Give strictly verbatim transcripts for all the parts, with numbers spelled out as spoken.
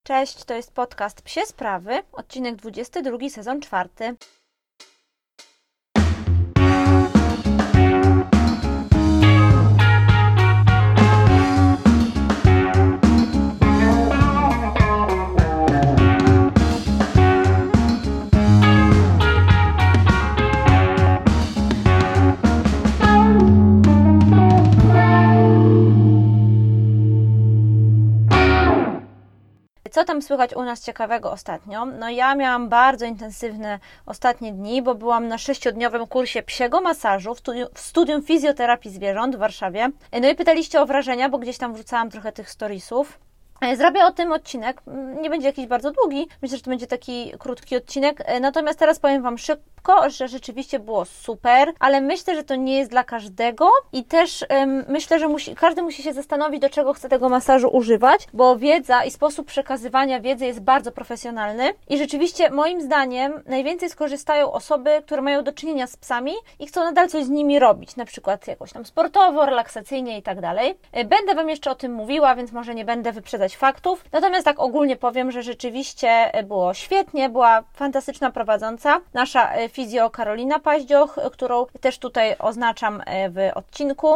Cześć, to jest podcast Psie Sprawy, odcinek dwudziesty drugi, sezon czwarty. Co tam słychać u nas ciekawego ostatnio? No ja miałam bardzo intensywne ostatnie dni, bo byłam na sześciodniowym kursie psiego masażu w studium, w studium fizjoterapii zwierząt w Warszawie. No i pytaliście o wrażenia, bo gdzieś tam wrzucałam trochę tych storiesów. Zrobię o tym odcinek, nie będzie jakiś bardzo długi, myślę, że to będzie taki krótki odcinek, natomiast teraz powiem Wam szybko, że rzeczywiście było super, ale myślę, że to nie jest dla każdego i też um, myślę, że musi, każdy musi się zastanowić, do czego chce tego masażu używać, bo wiedza i sposób przekazywania wiedzy jest bardzo profesjonalny i rzeczywiście moim zdaniem najwięcej skorzystają osoby, które mają do czynienia z psami i chcą nadal coś z nimi robić, na przykład jakoś tam sportowo, relaksacyjnie i tak dalej. Będę Wam jeszcze o tym mówiła, więc może nie będę wyprzedzać faktów. Natomiast tak ogólnie powiem, że rzeczywiście było świetnie, była fantastyczna prowadząca, nasza fizjo Karolina Paździoch, którą też tutaj oznaczam w odcinku,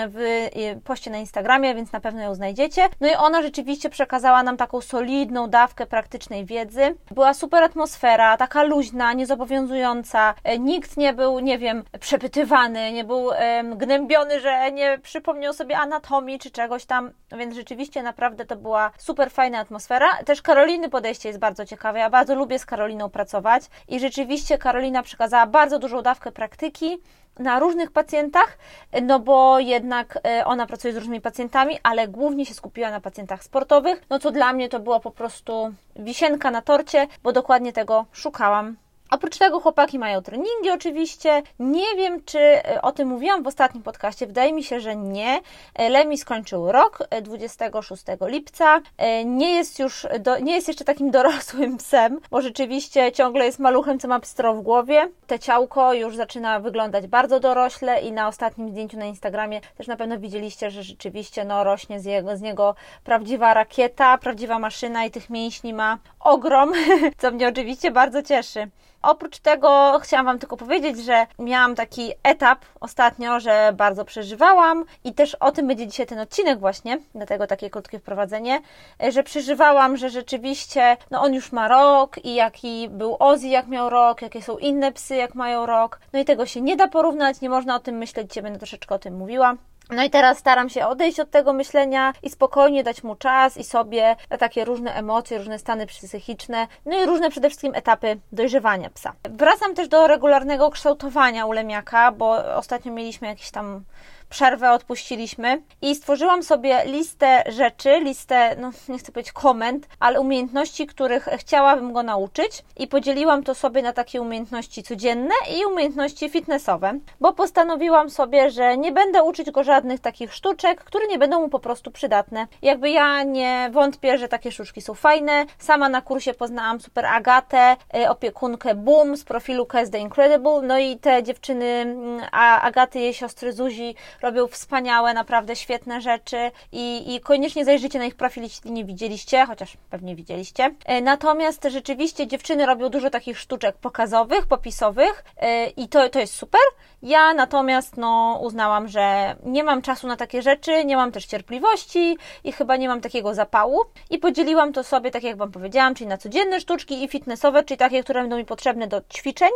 w poście na Instagramie, więc na pewno ją znajdziecie. No i ona rzeczywiście przekazała nam taką solidną dawkę praktycznej wiedzy. Była super atmosfera, taka luźna, niezobowiązująca. Nikt nie był, nie wiem, przepytywany, nie był um, gnębiony, że nie przypomniał sobie anatomii czy czegoś tam, więc rzeczywiście naprawdę to była super fajna atmosfera. Też Karoliny podejście jest bardzo ciekawe. Ja bardzo lubię z Karoliną pracować i rzeczywiście Karolina przekazała bardzo dużą dawkę praktyki na różnych pacjentach, no bo jednak ona pracuje z różnymi pacjentami, ale głównie się skupiła na pacjentach sportowych, no co dla mnie to była po prostu wisienka na torcie, bo dokładnie tego szukałam. Oprócz tego chłopaki mają treningi oczywiście. Nie wiem, czy o tym mówiłam w ostatnim podcaście. Wydaje mi się, że nie. Lemi skończył rok dwudziestego szóstego lipca. Nie jest już, do, nie jest jeszcze takim dorosłym psem, bo rzeczywiście ciągle jest maluchem, co ma pstro w głowie. Te ciałko już zaczyna wyglądać bardzo dorośle i na ostatnim zdjęciu na Instagramie też na pewno widzieliście, że rzeczywiście no, rośnie z, jego, z niego prawdziwa rakieta, prawdziwa maszyna i tych mięśni ma ogrom, co mnie oczywiście bardzo cieszy. Oprócz tego chciałam Wam tylko powiedzieć, że miałam taki etap ostatnio, że bardzo przeżywałam i też o tym będzie dzisiaj ten odcinek właśnie, dlatego takie krótkie wprowadzenie, że przeżywałam, że rzeczywiście no on już ma rok i jaki był Ozzy jak miał rok, jakie są inne psy jak mają rok, no i tego się nie da porównać, nie można o tym myśleć, dzisiaj będę troszeczkę o tym mówiła. No i teraz staram się odejść od tego myślenia i spokojnie dać mu czas i sobie na takie różne emocje, różne stany psychiczne, no i różne przede wszystkim etapy dojrzewania psa. Wracam też do regularnego kształtowania u Lemiaka, bo ostatnio mieliśmy jakieś tam przerwę, odpuściliśmy i stworzyłam sobie listę rzeczy, listę, no nie chcę powiedzieć komend, ale umiejętności, których chciałabym go nauczyć i podzieliłam to sobie na takie umiejętności codzienne i umiejętności fitnessowe, bo postanowiłam sobie, że nie będę uczyć go żadnych takich sztuczek, które nie będą mu po prostu przydatne. Jakby ja nie wątpię, że takie sztuczki są fajne. Sama na kursie poznałam super Agatę, opiekunkę Boom z profilu Cas the Incredible, no i te dziewczyny, a Agaty, jej siostry Zuzi, robią wspaniałe, naprawdę świetne rzeczy i, i koniecznie zajrzyjcie na ich profil, jeśli nie widzieliście, chociaż pewnie widzieliście. Natomiast rzeczywiście dziewczyny robią dużo takich sztuczek pokazowych, popisowych i to, to jest super. Ja natomiast no, uznałam, że nie mam czasu na takie rzeczy, nie mam też cierpliwości i chyba nie mam takiego zapału i podzieliłam to sobie, tak jak Wam powiedziałam, czyli na codzienne sztuczki i fitnessowe, czyli takie, które będą mi potrzebne do ćwiczeń.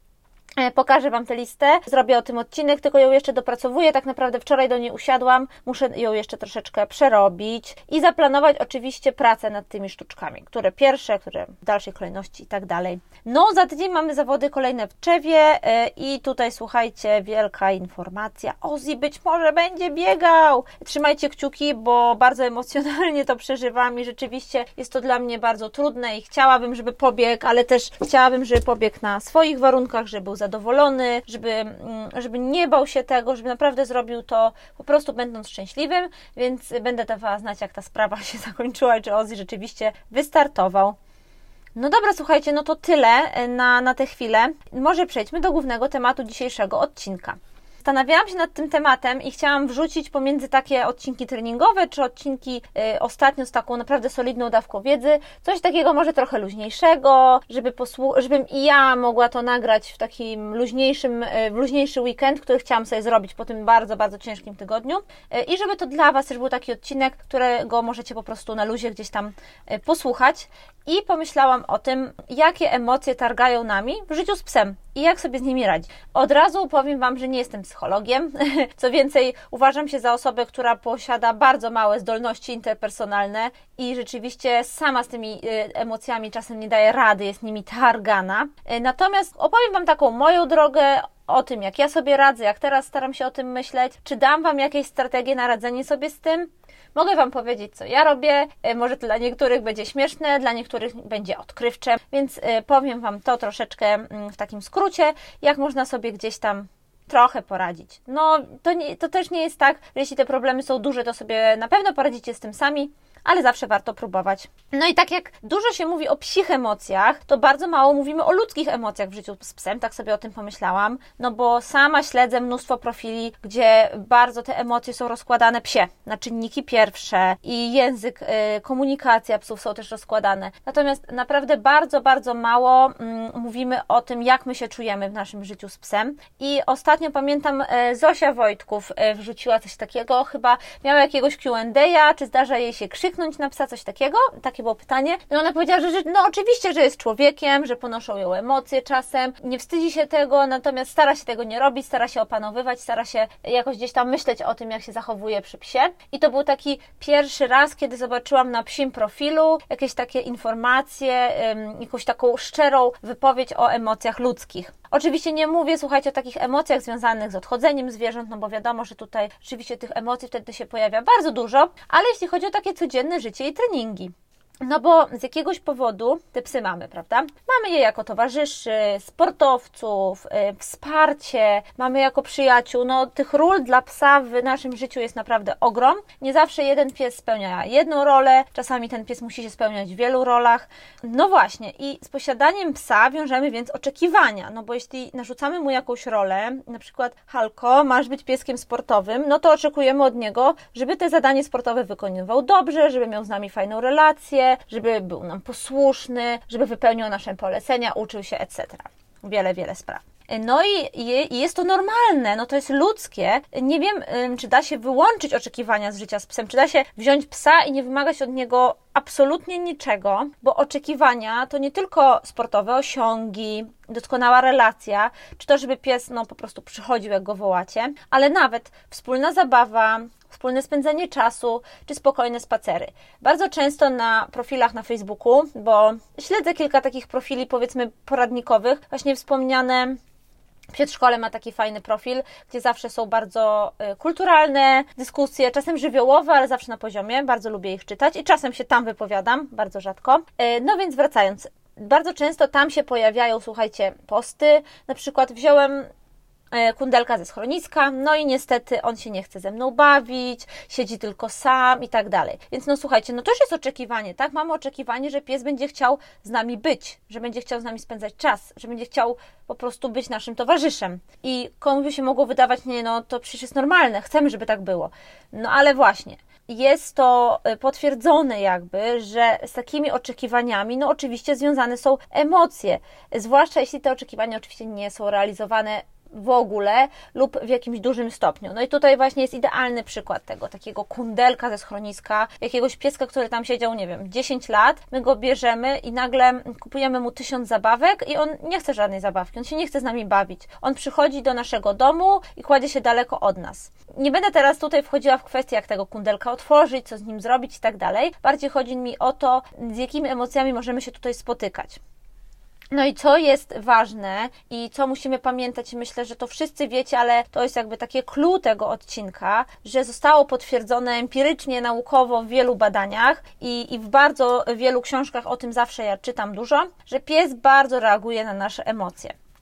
Pokażę Wam tę listę, zrobię o tym odcinek, tylko ją jeszcze dopracowuję, tak naprawdę wczoraj do niej usiadłam, muszę ją jeszcze troszeczkę przerobić i zaplanować oczywiście pracę nad tymi sztuczkami, które pierwsze, które w dalszej kolejności i tak dalej. No, za tydzień mamy zawody kolejne w Tczewie i tutaj słuchajcie, wielka informacja, Ozzy być może będzie biegał! Trzymajcie kciuki, bo bardzo emocjonalnie to przeżywam i rzeczywiście jest to dla mnie bardzo trudne i chciałabym, żeby pobiegł, ale też chciałabym, żeby pobiegł na swoich warunkach, żeby był zadowolony, żeby, żeby nie bał się tego, żeby naprawdę zrobił to po prostu będąc szczęśliwym, więc będę dawała znać, jak ta sprawa się zakończyła i czy Ozzy rzeczywiście wystartował. No dobra, słuchajcie, no to tyle na, na tę chwilę. Może przejdźmy do głównego tematu dzisiejszego odcinka. zastanawiałam się nad tym tematem i chciałam wrzucić pomiędzy takie odcinki treningowe, czy odcinki y, ostatnio z taką naprawdę solidną dawką wiedzy, coś takiego może trochę luźniejszego, żeby posłu- żebym i ja mogła to nagrać w takim luźniejszym, y, luźniejszy weekend, który chciałam sobie zrobić po tym bardzo, bardzo ciężkim tygodniu y, i żeby to dla Was też był taki odcinek, którego możecie po prostu na luzie gdzieś tam y, posłuchać. I pomyślałam o tym, jakie emocje targają nami w życiu z psem i jak sobie z nimi radzić. Od razu powiem Wam, że nie jestem psychologiem. Co więcej, uważam się za osobę, która posiada bardzo małe zdolności interpersonalne i rzeczywiście sama z tymi emocjami czasem nie daje rady, jest nimi targana. Natomiast opowiem Wam taką moją drogę, o tym, jak ja sobie radzę, jak teraz staram się o tym myśleć. Czy dam Wam jakieś strategie na radzenie sobie z tym? Mogę Wam powiedzieć, co ja robię. Może to dla niektórych będzie śmieszne, dla niektórych będzie odkrywcze, więc powiem Wam to troszeczkę w takim skrócie, jak można sobie gdzieś tam trochę poradzić. No, to, nie, to też nie jest tak, że jeśli te problemy są duże, to sobie na pewno poradzicie z tym sami, ale zawsze warto próbować. No i tak jak dużo się mówi o psich emocjach, to bardzo mało mówimy o ludzkich emocjach w życiu z psem, tak sobie o tym pomyślałam, no bo sama śledzę mnóstwo profili, gdzie bardzo te emocje są rozkładane psie, na czynniki pierwsze i język, y, komunikacja psów są też rozkładane. Natomiast naprawdę bardzo, bardzo mało mm, mówimy o tym, jak my się czujemy w naszym życiu z psem. I ostatnio pamiętam, y, Zosia Wojtków y, wrzuciła coś takiego, chyba miała jakiegoś Q and A, czy zdarza jej się krzyknąć na psa, coś takiego? Takie było pytanie. No ona powiedziała, że, że no oczywiście, że jest człowiekiem, że ponoszą ją emocje czasem, nie wstydzi się tego, natomiast stara się tego nie robić, stara się opanowywać, stara się jakoś gdzieś tam myśleć o tym, jak się zachowuje przy psie. I to był taki pierwszy raz, kiedy zobaczyłam na psim profilu jakieś takie informacje, ym, jakąś taką szczerą wypowiedź o emocjach ludzkich. Oczywiście nie mówię, słuchajcie, o takich emocjach związanych z odchodzeniem zwierząt, no bo wiadomo, że tutaj rzeczywiście tych emocji wtedy się pojawia bardzo dużo, ale jeśli chodzi o takie codzienne życie i treningi. No bo z jakiegoś powodu te psy mamy, prawda? Mamy je jako towarzyszy, sportowców, yy, wsparcie, mamy jako przyjaciół. No tych ról dla psa w naszym życiu jest naprawdę ogrom. Nie zawsze jeden pies spełnia jedną rolę, czasami ten pies musi się spełniać w wielu rolach. No właśnie i z posiadaniem psa wiążemy więc oczekiwania, no bo jeśli narzucamy mu jakąś rolę, na przykład Halko, masz być pieskiem sportowym, no to oczekujemy od niego, żeby te zadanie sportowe wykonywał dobrze, żeby miał z nami fajną relację, żeby był nam posłuszny, żeby wypełniał nasze polecenia, uczył się, et cetera. Wiele, wiele spraw. No i jest to normalne, no to jest ludzkie. Nie wiem, czy da się wyłączyć oczekiwania z życia z psem, czy da się wziąć psa i nie wymagać od niego absolutnie niczego, bo oczekiwania to nie tylko sportowe osiągi, doskonała relacja, czy to, żeby pies no po prostu przychodził, jak go wołacie, ale nawet wspólna zabawa, wspólne spędzenie czasu, czy spokojne spacery. Bardzo często na profilach na Facebooku, bo śledzę kilka takich profili, powiedzmy, poradnikowych, właśnie wspomniane Przedszkole ma taki fajny profil, gdzie zawsze są bardzo kulturalne dyskusje, czasem żywiołowe, ale zawsze na poziomie. Bardzo lubię ich czytać i czasem się tam wypowiadam, bardzo rzadko. No więc wracając, bardzo często tam się pojawiają, słuchajcie, posty. Na przykład wziąłem kundelka ze schroniska, no i niestety on się nie chce ze mną bawić, siedzi tylko sam i tak dalej. Więc no słuchajcie, no to już jest oczekiwanie, tak? Mamy oczekiwanie, że pies będzie chciał z nami być, że będzie chciał z nami spędzać czas, że będzie chciał po prostu być naszym towarzyszem. I komuś by się mogło wydawać, nie, no to przecież jest normalne, chcemy, żeby tak było. No ale właśnie, jest to potwierdzone jakby, że z takimi oczekiwaniami, no oczywiście związane są emocje, zwłaszcza jeśli te oczekiwania oczywiście nie są realizowane w ogóle lub w jakimś dużym stopniu. No i tutaj właśnie jest idealny przykład tego, takiego kundelka ze schroniska, jakiegoś pieska, który tam siedział, nie wiem, dziesięć lat, my go bierzemy i nagle kupujemy mu tysiąc zabawek i on nie chce żadnej zabawki, on się nie chce z nami bawić. On przychodzi do naszego domu i kładzie się daleko od nas. Nie będę teraz tutaj wchodziła w kwestię, jak tego kundelka otworzyć, co z nim zrobić i tak dalej. Bardziej chodzi mi o to, z jakimi emocjami możemy się tutaj spotykać. No i co jest ważne i co musimy pamiętać, myślę, że to wszyscy wiecie, ale to jest jakby takie clue tego odcinka, że zostało potwierdzone empirycznie, naukowo w wielu badaniach i, i w bardzo wielu książkach o tym zawsze ja czytam dużo, że pies bardzo reaguje na nasze emocje.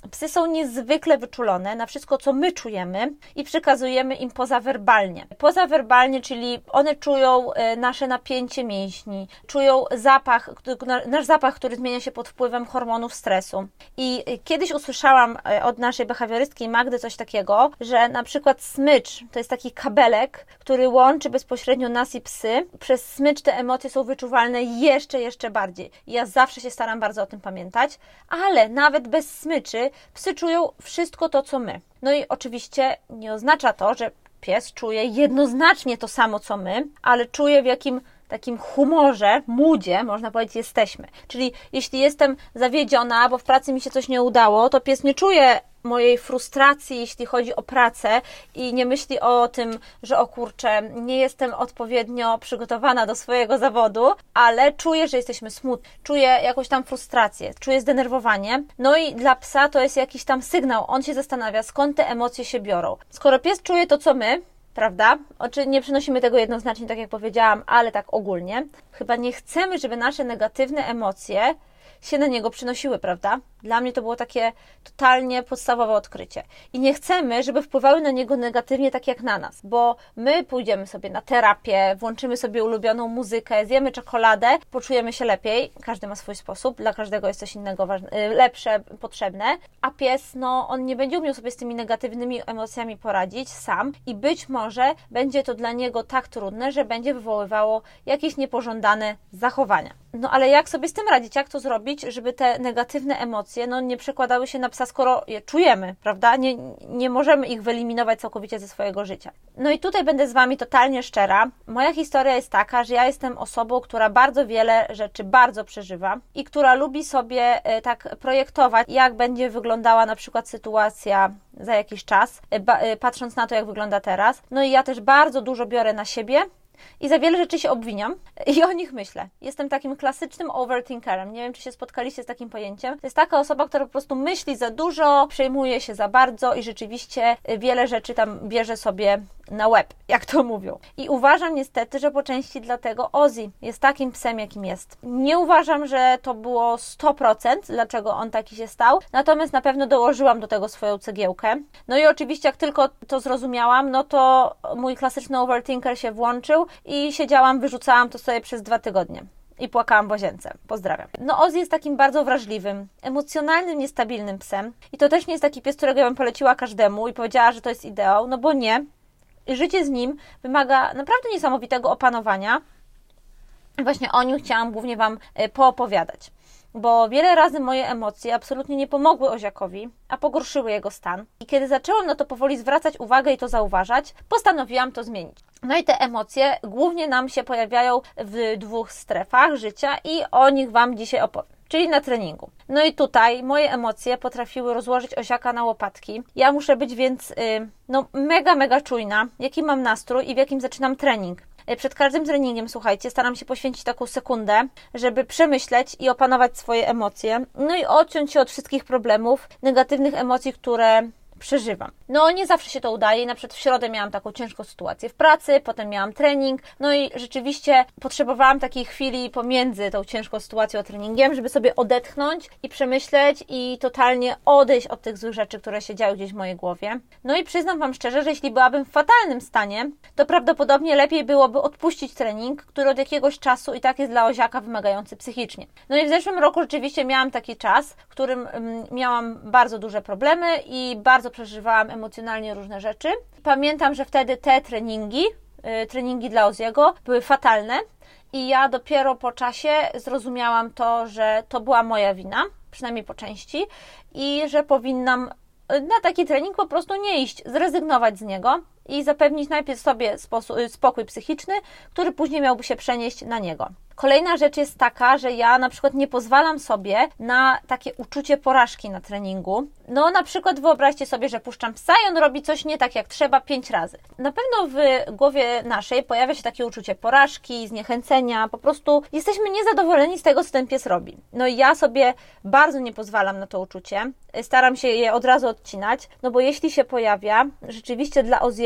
Psy są niezwykle wyczulone na wszystko, co my czujemy i przekazujemy im pozawerbalnie. Pozawerbalnie, czyli one czują nasze napięcie mięśni, czują zapach, nasz zapach, który zmienia się pod wpływem hormonów stresu. I kiedyś usłyszałam od naszej behawiorystki Magdy coś takiego, że na przykład smycz to jest taki kabelek, który łączy bezpośrednio nas i psy. Przez smycz te emocje są wyczuwalne jeszcze, jeszcze bardziej. I ja zawsze się staram bardzo o tym pamiętać, ale nawet bez smyczy psy czują wszystko to, co my. No i oczywiście nie oznacza to, że pies czuje jednoznacznie to samo, co my, ale czuje, w jakim takim humorze, moodzie, można powiedzieć, jesteśmy. Czyli jeśli jestem zawiedziona, bo w pracy mi się coś nie udało, to pies nie czuje mojej frustracji, jeśli chodzi o pracę i nie myśli o tym, że o kurczę, nie jestem odpowiednio przygotowana do swojego zawodu, ale czuję, że jesteśmy smutni, czuję jakąś tam frustrację, czuję zdenerwowanie. No i dla psa to jest jakiś tam sygnał, on się zastanawia, skąd te emocje się biorą. Skoro pies czuje to, co my, prawda? Oczy nie przenosimy tego jednoznacznie, tak jak powiedziałam, ale tak ogólnie. Chyba nie chcemy, żeby nasze negatywne emocje się na niego przynosiły, prawda? Dla mnie to było takie totalnie podstawowe odkrycie. I nie chcemy, żeby wpływały na niego negatywnie tak jak na nas, bo my pójdziemy sobie na terapię, włączymy sobie ulubioną muzykę, zjemy czekoladę, poczujemy się lepiej. Każdy ma swój sposób, dla każdego jest coś innego ważne, lepsze, potrzebne, a pies, no, on nie będzie umiał sobie z tymi negatywnymi emocjami poradzić sam i być może będzie to dla niego tak trudne, że będzie wywoływało jakieś niepożądane zachowania. No ale jak sobie z tym radzić? Jak to zrobić, żeby te negatywne emocje no, nie przekładały się na psa, skoro je czujemy, prawda? Nie, nie możemy ich wyeliminować całkowicie ze swojego życia. No i tutaj będę z Wami totalnie szczera. Moja historia jest taka, że ja jestem osobą, która bardzo wiele rzeczy bardzo przeżywa i która lubi sobie e, tak projektować, jak będzie wyglądała na przykład sytuacja za jakiś czas, e, ba, e, patrząc na to, jak wygląda teraz. No i ja też bardzo dużo biorę na siebie i za wiele rzeczy się obwiniam i o nich myślę. Jestem takim klasycznym overthinkerem. Nie wiem, czy się spotkaliście z takim pojęciem. To jest taka osoba, która po prostu myśli za dużo, przejmuje się za bardzo i rzeczywiście wiele rzeczy tam bierze sobie na łeb, jak to mówią. I uważam niestety, że po części dlatego Ozzy jest takim psem, jakim jest. Nie uważam, że to było sto procent, dlaczego on taki się stał, natomiast na pewno dołożyłam do tego swoją cegiełkę. No i oczywiście jak tylko to zrozumiałam, no to mój klasyczny overthinker się włączył i siedziałam, wyrzucałam to sobie przez dwa tygodnie. I płakałam w łazience. Pozdrawiam. No Ozzy jest takim bardzo wrażliwym, emocjonalnym, niestabilnym psem. I to też nie jest taki pies, którego ja bym poleciła każdemu i powiedziała, że to jest ideał, no bo nie. Życie z nim wymaga naprawdę niesamowitego opanowania. I właśnie o nim chciałam głównie Wam poopowiadać. Bo wiele razy moje emocje absolutnie nie pomogły Oziakowi, a pogorszyły jego stan. I kiedy zaczęłam na to powoli zwracać uwagę i to zauważać, postanowiłam to zmienić. No i te emocje głównie nam się pojawiają w dwóch strefach życia i o nich Wam dzisiaj opowiem. Czyli na treningu. No i tutaj moje emocje potrafiły rozłożyć Oziaka na łopatki. Ja muszę być więc yy, no, mega, mega czujna, jaki mam nastrój i w jakim zaczynam trening. Przed każdym treningiem, słuchajcie, staram się poświęcić taką sekundę, żeby przemyśleć i opanować swoje emocje, no i odciąć się od wszystkich problemów, negatywnych emocji, które przeżywam. No nie zawsze się to udaje, na przykład w środę miałam taką ciężką sytuację w pracy, potem miałam trening, no i rzeczywiście potrzebowałam takiej chwili pomiędzy tą ciężką sytuacją a treningiem, żeby sobie odetchnąć i przemyśleć i totalnie odejść od tych złych rzeczy, które się działy gdzieś w mojej głowie. No i przyznam Wam szczerze, że jeśli byłabym w fatalnym stanie, to prawdopodobnie lepiej byłoby odpuścić trening, który od jakiegoś czasu i tak jest dla Oziaka wymagający psychicznie. No i w zeszłym roku rzeczywiście miałam taki czas, w którym miałam bardzo duże problemy i bardzo przeżywałam emocjonalnie różne rzeczy. Pamiętam, że wtedy te treningi, yy, treningi dla Ozziego były fatalne i ja dopiero po czasie zrozumiałam to, że to była moja wina, przynajmniej po części, i że powinnam na taki trening po prostu nie iść, zrezygnować z niego i zapewnić najpierw sobie spokój psychiczny, który później miałby się przenieść na niego. Kolejna rzecz jest taka, że ja na przykład nie pozwalam sobie na takie uczucie porażki na treningu. No na przykład wyobraźcie sobie, że puszczam psa i on robi coś nie tak jak trzeba pięć razy. Na pewno w głowie naszej pojawia się takie uczucie porażki, zniechęcenia, po prostu jesteśmy niezadowoleni z tego, co ten pies robi. No i ja sobie bardzo nie pozwalam na to uczucie, staram się je od razu odcinać, no bo jeśli się pojawia, rzeczywiście dla Ozziego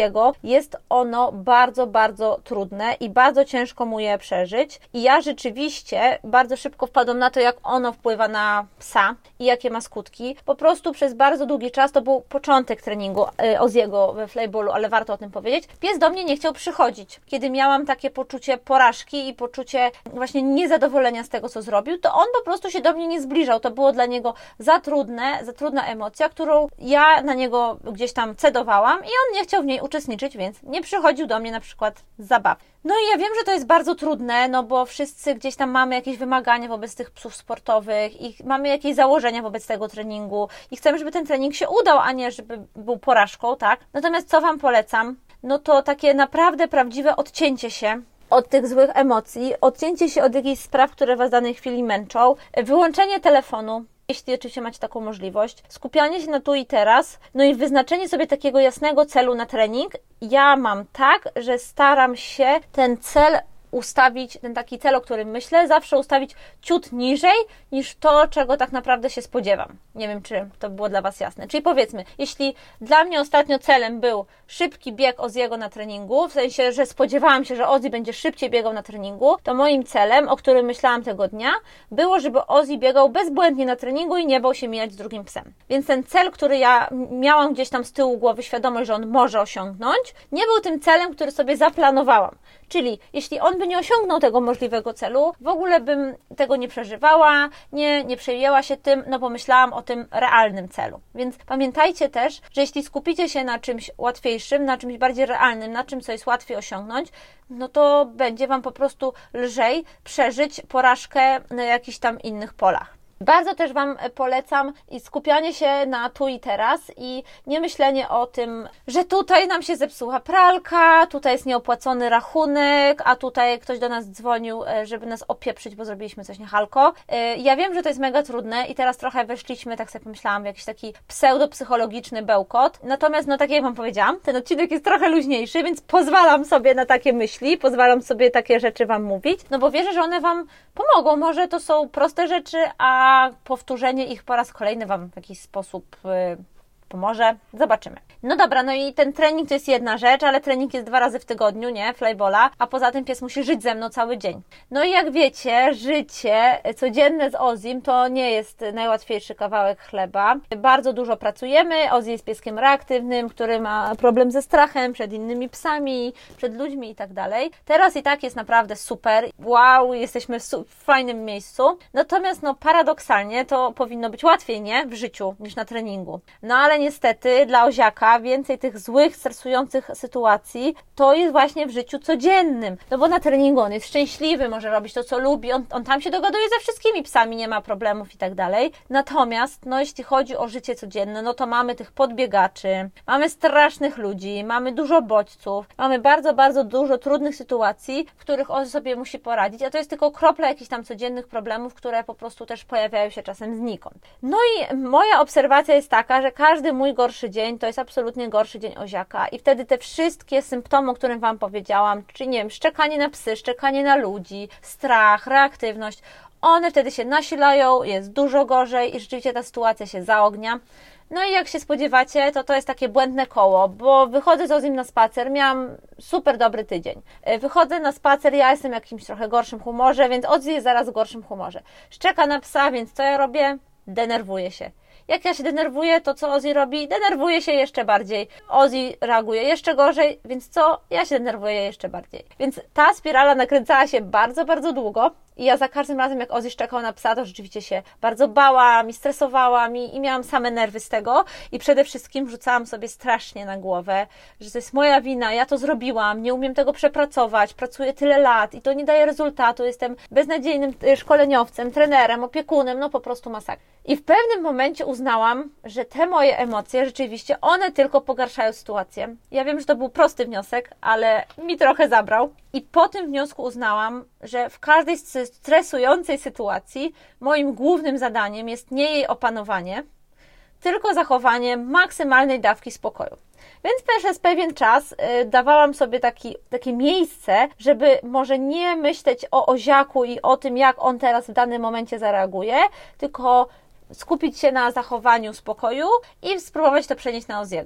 Oziego, jest ono bardzo, bardzo trudne i bardzo ciężko mu je przeżyć. I ja rzeczywiście bardzo szybko wpadłam na to, jak ono wpływa na psa i jakie ma skutki. Po prostu przez bardzo długi czas, to był początek treningu Oziego we flyballu, ale warto o tym powiedzieć, pies do mnie nie chciał przychodzić. Kiedy miałam takie poczucie porażki i poczucie właśnie niezadowolenia z tego, co zrobił, to on po prostu się do mnie nie zbliżał. To było dla niego za trudne, za trudna emocja, którą ja na niego gdzieś tam cedowałam i on nie chciał w niej uczestniczyć, więc nie przychodził do mnie na przykład z zabaw. No i ja wiem, że to jest bardzo trudne, no bo wszyscy gdzieś tam mamy jakieś wymagania wobec tych psów sportowych i mamy jakieś założenia wobec tego treningu i chcemy, żeby ten trening się udał, a nie żeby był porażką, tak? Natomiast co Wam polecam? No to takie naprawdę prawdziwe odcięcie się od tych złych emocji, odcięcie się od jakichś spraw, które Was w danej chwili męczą, wyłączenie telefonu, jeśli oczywiście macie taką możliwość, skupianie się na tu i teraz, no i wyznaczenie sobie takiego jasnego celu na trening. Ja mam tak, że staram się ten cel ustawić, ten taki cel, o którym myślę, zawsze ustawić ciut niżej niż to, czego tak naprawdę się spodziewam. Nie wiem, czy to było dla Was jasne. Czyli powiedzmy, jeśli dla mnie ostatnio celem był szybki bieg Oziego na treningu, w sensie, że spodziewałam się, że Ozzy będzie szybciej biegał na treningu, to moim celem, o którym myślałam tego dnia, było, żeby Ozzy biegał bezbłędnie na treningu i nie bał się mijać z drugim psem. Więc ten cel, który ja miałam gdzieś tam z tyłu głowy, świadomość, że on może osiągnąć, nie był tym celem, który sobie zaplanowałam. Czyli jeśli on by nie osiągnął tego możliwego celu, w ogóle bym tego nie przeżywała, nie, nie przejęła się tym, no bo myślałam o tym realnym celu. Więc pamiętajcie też, że jeśli skupicie się na czymś łatwiejszym, na czymś bardziej realnym, na czym, co jest łatwiej osiągnąć, no to będzie Wam po prostu lżej przeżyć porażkę na jakichś tam innych polach. Bardzo też Wam polecam i skupianie się na tu i teraz i nie myślenie o tym, że tutaj nam się zepsuła pralka, tutaj jest nieopłacony rachunek, a tutaj ktoś do nas dzwonił, żeby nas opieprzyć, bo zrobiliśmy coś niechalko. Ja wiem, że to jest mega trudne i teraz trochę weszliśmy, tak sobie pomyślałam, w jakiś taki pseudopsychologiczny bełkot. Natomiast, no tak jak Wam powiedziałam, ten odcinek jest trochę luźniejszy, więc pozwalam sobie na takie myśli, pozwalam sobie takie rzeczy Wam mówić, no bo wierzę, że one Wam pomogą. Może to są proste rzeczy, a powtórzenie ich po raz kolejny Wam w jakiś sposób yy, pomoże. Zobaczymy. No dobra, no i ten trening to jest jedna rzecz, ale trening jest dwa razy w tygodniu, nie? Flybola, a poza tym pies musi żyć ze mną cały dzień. No i jak wiecie, życie codzienne z Ozim to nie jest najłatwiejszy kawałek chleba. Bardzo dużo pracujemy. Ozzy jest pieskiem reaktywnym, który ma problem ze strachem przed innymi psami, przed ludźmi i tak dalej. Teraz i tak jest naprawdę super. Wow, jesteśmy w, w fajnym miejscu. Natomiast no paradoksalnie to powinno być łatwiej, nie? W życiu niż na treningu. No ale niestety dla Oziaka więcej tych złych, stresujących sytuacji to jest właśnie w życiu codziennym. No bo na treningu on jest szczęśliwy, może robić to, co lubi, on, on tam się dogaduje ze wszystkimi psami, nie ma problemów i tak dalej. Natomiast, no jeśli chodzi o życie codzienne, no to mamy tych podbiegaczy, mamy strasznych ludzi, mamy dużo bodźców, mamy bardzo, bardzo dużo trudnych sytuacji, w których on sobie musi poradzić, a to jest tylko kropla jakichś tam codziennych problemów, które po prostu też pojawiają się czasem znikąd. No i moja obserwacja jest taka, że każdy mój gorszy dzień to jest absolutnie gorszy dzień Oziaka i wtedy te wszystkie symptomy, o którym Wam powiedziałam, czyli nie wiem, szczekanie na psy, szczekanie na ludzi, strach, reaktywność, one wtedy się nasilają, jest dużo gorzej i rzeczywiście ta sytuacja się zaognia. No i jak się spodziewacie, to to jest takie błędne koło, bo wychodzę z Ozim na spacer, miałam super dobry tydzień. Wychodzę na spacer, ja jestem w jakimś trochę gorszym humorze, więc Ozzy jest zaraz w gorszym humorze. Szczeka na psa, więc co ja robię? Denerwuję się. Jak ja się denerwuję, to co Ozzy robi? Denerwuję się jeszcze bardziej. Ozzy reaguje jeszcze gorzej, więc co? Ja się denerwuję jeszcze bardziej. Więc ta spirala nakręcała się bardzo, bardzo długo i ja za każdym razem, jak Ozzy szczekał na psa, to rzeczywiście się bardzo bałam i stresowałam i, i miałam same nerwy z tego i przede wszystkim wrzucałam sobie strasznie na głowę, że to jest moja wina, ja to zrobiłam, nie umiem tego przepracować, pracuję tyle lat i to nie daje rezultatu, jestem beznadziejnym szkoleniowcem, trenerem, opiekunem, no po prostu masakra. I w pewnym momencie uznałam, że te moje emocje rzeczywiście, one tylko pogarszają sytuację. Ja wiem, że to był prosty wniosek, ale mi trochę zabrał. I po tym wniosku uznałam, że w każdej stresującej sytuacji moim głównym zadaniem jest nie jej opanowanie, tylko zachowanie maksymalnej dawki spokoju. Więc przez pewien czas y, dawałam sobie taki, takie miejsce, żeby może nie myśleć o Oziaku i o tym, jak on teraz w danym momencie zareaguje, tylko skupić się na zachowaniu spokoju i spróbować to przenieść na Ozziego.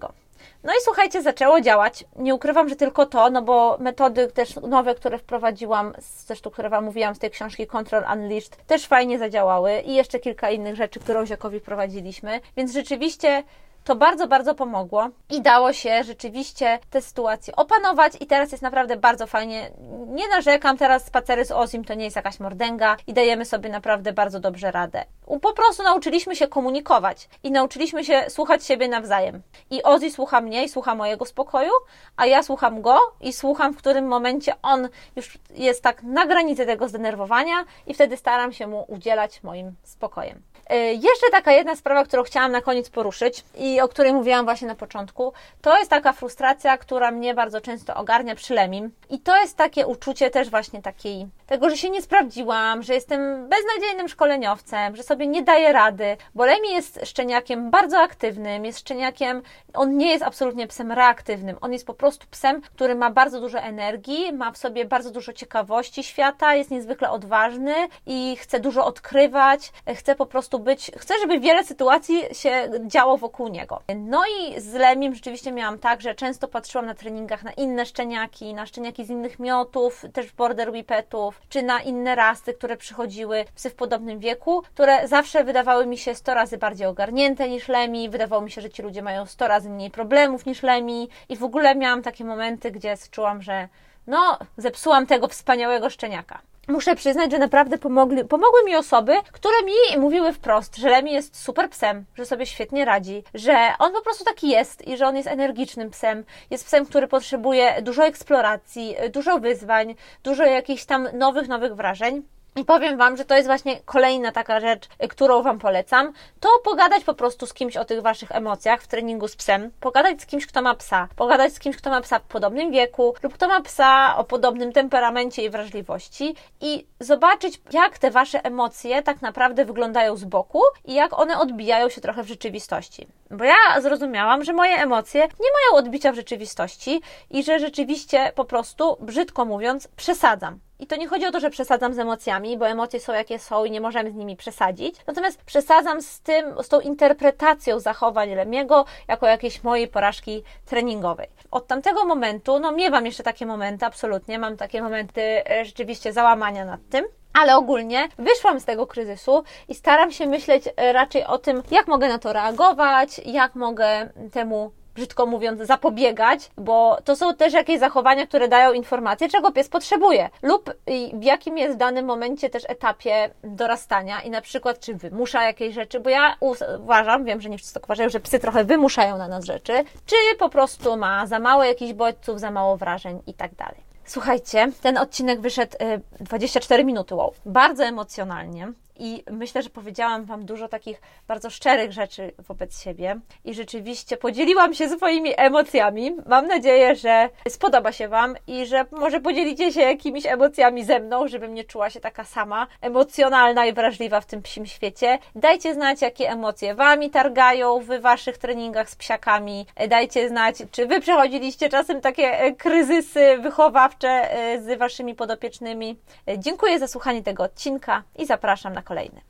No i słuchajcie, zaczęło działać. Nie ukrywam, że tylko to, no bo metody też nowe, które wprowadziłam, zresztą, które Wam mówiłam z tej książki Control Unleashed, też fajnie zadziałały i jeszcze kilka innych rzeczy, które Oziakowi wprowadziliśmy, więc rzeczywiście to bardzo, bardzo pomogło i dało się rzeczywiście tę sytuację opanować i teraz jest naprawdę bardzo fajnie. Nie narzekam, teraz spacery z Ozim to nie jest jakaś mordęga i dajemy sobie naprawdę bardzo dobrze radę. Po prostu nauczyliśmy się komunikować i nauczyliśmy się słuchać siebie nawzajem. I Ozzy słucha mnie i słucha mojego spokoju, a ja słucham go i słucham, w którym momencie on już jest tak na granicy tego zdenerwowania i wtedy staram się mu udzielać moim spokojem. Jeszcze taka jedna sprawa, którą chciałam na koniec poruszyć i o której mówiłam właśnie na początku, to jest taka frustracja, która mnie bardzo często ogarnia przy Lemim i to jest takie uczucie też właśnie takiej, tego, że się nie sprawdziłam, że jestem beznadziejnym szkoleniowcem, że sobie nie daję rady, bo Lemi jest szczeniakiem bardzo aktywnym, jest szczeniakiem, on nie jest absolutnie psem reaktywnym, on jest po prostu psem, który ma bardzo dużo energii, ma w sobie bardzo dużo ciekawości świata, jest niezwykle odważny i chce dużo odkrywać, chce po prostu być, chcę, żeby wiele sytuacji się działo wokół niego. No i z Lemim rzeczywiście miałam tak, że często patrzyłam na treningach na inne szczeniaki, na szczeniaki z innych miotów, też border whippetów, czy na inne rasy, które przychodziły, psy w podobnym wieku, które zawsze wydawały mi się sto razy bardziej ogarnięte niż Lemi, wydawało mi się, że ci ludzie mają sto razy mniej problemów niż Lemi i w ogóle miałam takie momenty, gdzie czułam, że no, zepsułam tego wspaniałego szczeniaka. Muszę przyznać, że naprawdę pomogli, pomogły mi osoby, które mi mówiły wprost, że Lemi jest super psem, że sobie świetnie radzi, że on po prostu taki jest i że on jest energicznym psem. Jest psem, który potrzebuje dużo eksploracji, dużo wyzwań, dużo jakichś tam nowych, nowych wrażeń. I powiem Wam, że to jest właśnie kolejna taka rzecz, którą Wam polecam, to pogadać po prostu z kimś o tych Waszych emocjach w treningu z psem, pogadać z kimś, kto ma psa, pogadać z kimś, kto ma psa w podobnym wieku lub kto ma psa o podobnym temperamencie i wrażliwości i zobaczyć, jak te Wasze emocje tak naprawdę wyglądają z boku i jak one odbijają się trochę w rzeczywistości. Bo ja zrozumiałam, że moje emocje nie mają odbicia w rzeczywistości i że rzeczywiście po prostu, brzydko mówiąc, przesadzam. I to nie chodzi o to, że przesadzam z emocjami, bo emocje są jakie są i nie możemy z nimi przesadzić. Natomiast przesadzam z tym, z tą interpretacją zachowań Lemiego jako jakiejś mojej porażki treningowej. Od tamtego momentu, no miewam jeszcze takie momenty, absolutnie, mam takie momenty e, rzeczywiście załamania nad tym. Ale ogólnie wyszłam z tego kryzysu i staram się myśleć raczej o tym, jak mogę na to reagować, jak mogę temu, brzydko mówiąc, zapobiegać, bo to są też jakieś zachowania, które dają informację, czego pies potrzebuje lub w jakim jest w danym momencie też etapie dorastania i na przykład czy wymusza jakieś rzeczy, bo ja uważam, wiem, że nie wszyscy tak uważają, że psy trochę wymuszają na nas rzeczy, czy po prostu ma za mało jakichś bodźców, za mało wrażeń i tak dalej. Słuchajcie, ten odcinek wyszedł dwadzieścia cztery minuty, wow, bardzo emocjonalnie i myślę, że powiedziałam Wam dużo takich bardzo szczerych rzeczy wobec siebie i rzeczywiście podzieliłam się swoimi emocjami. Mam nadzieję, że spodoba się Wam i że może podzielicie się jakimiś emocjami ze mną, żebym nie czuła się taka sama emocjonalna i wrażliwa w tym psim świecie. Dajcie znać, jakie emocje Wami targają w Waszych treningach z psiakami. Dajcie znać, czy Wy przechodziliście czasem takie kryzysy wychowawcze z Waszymi podopiecznymi. Dziękuję za słuchanie tego odcinka i zapraszam na kolejny.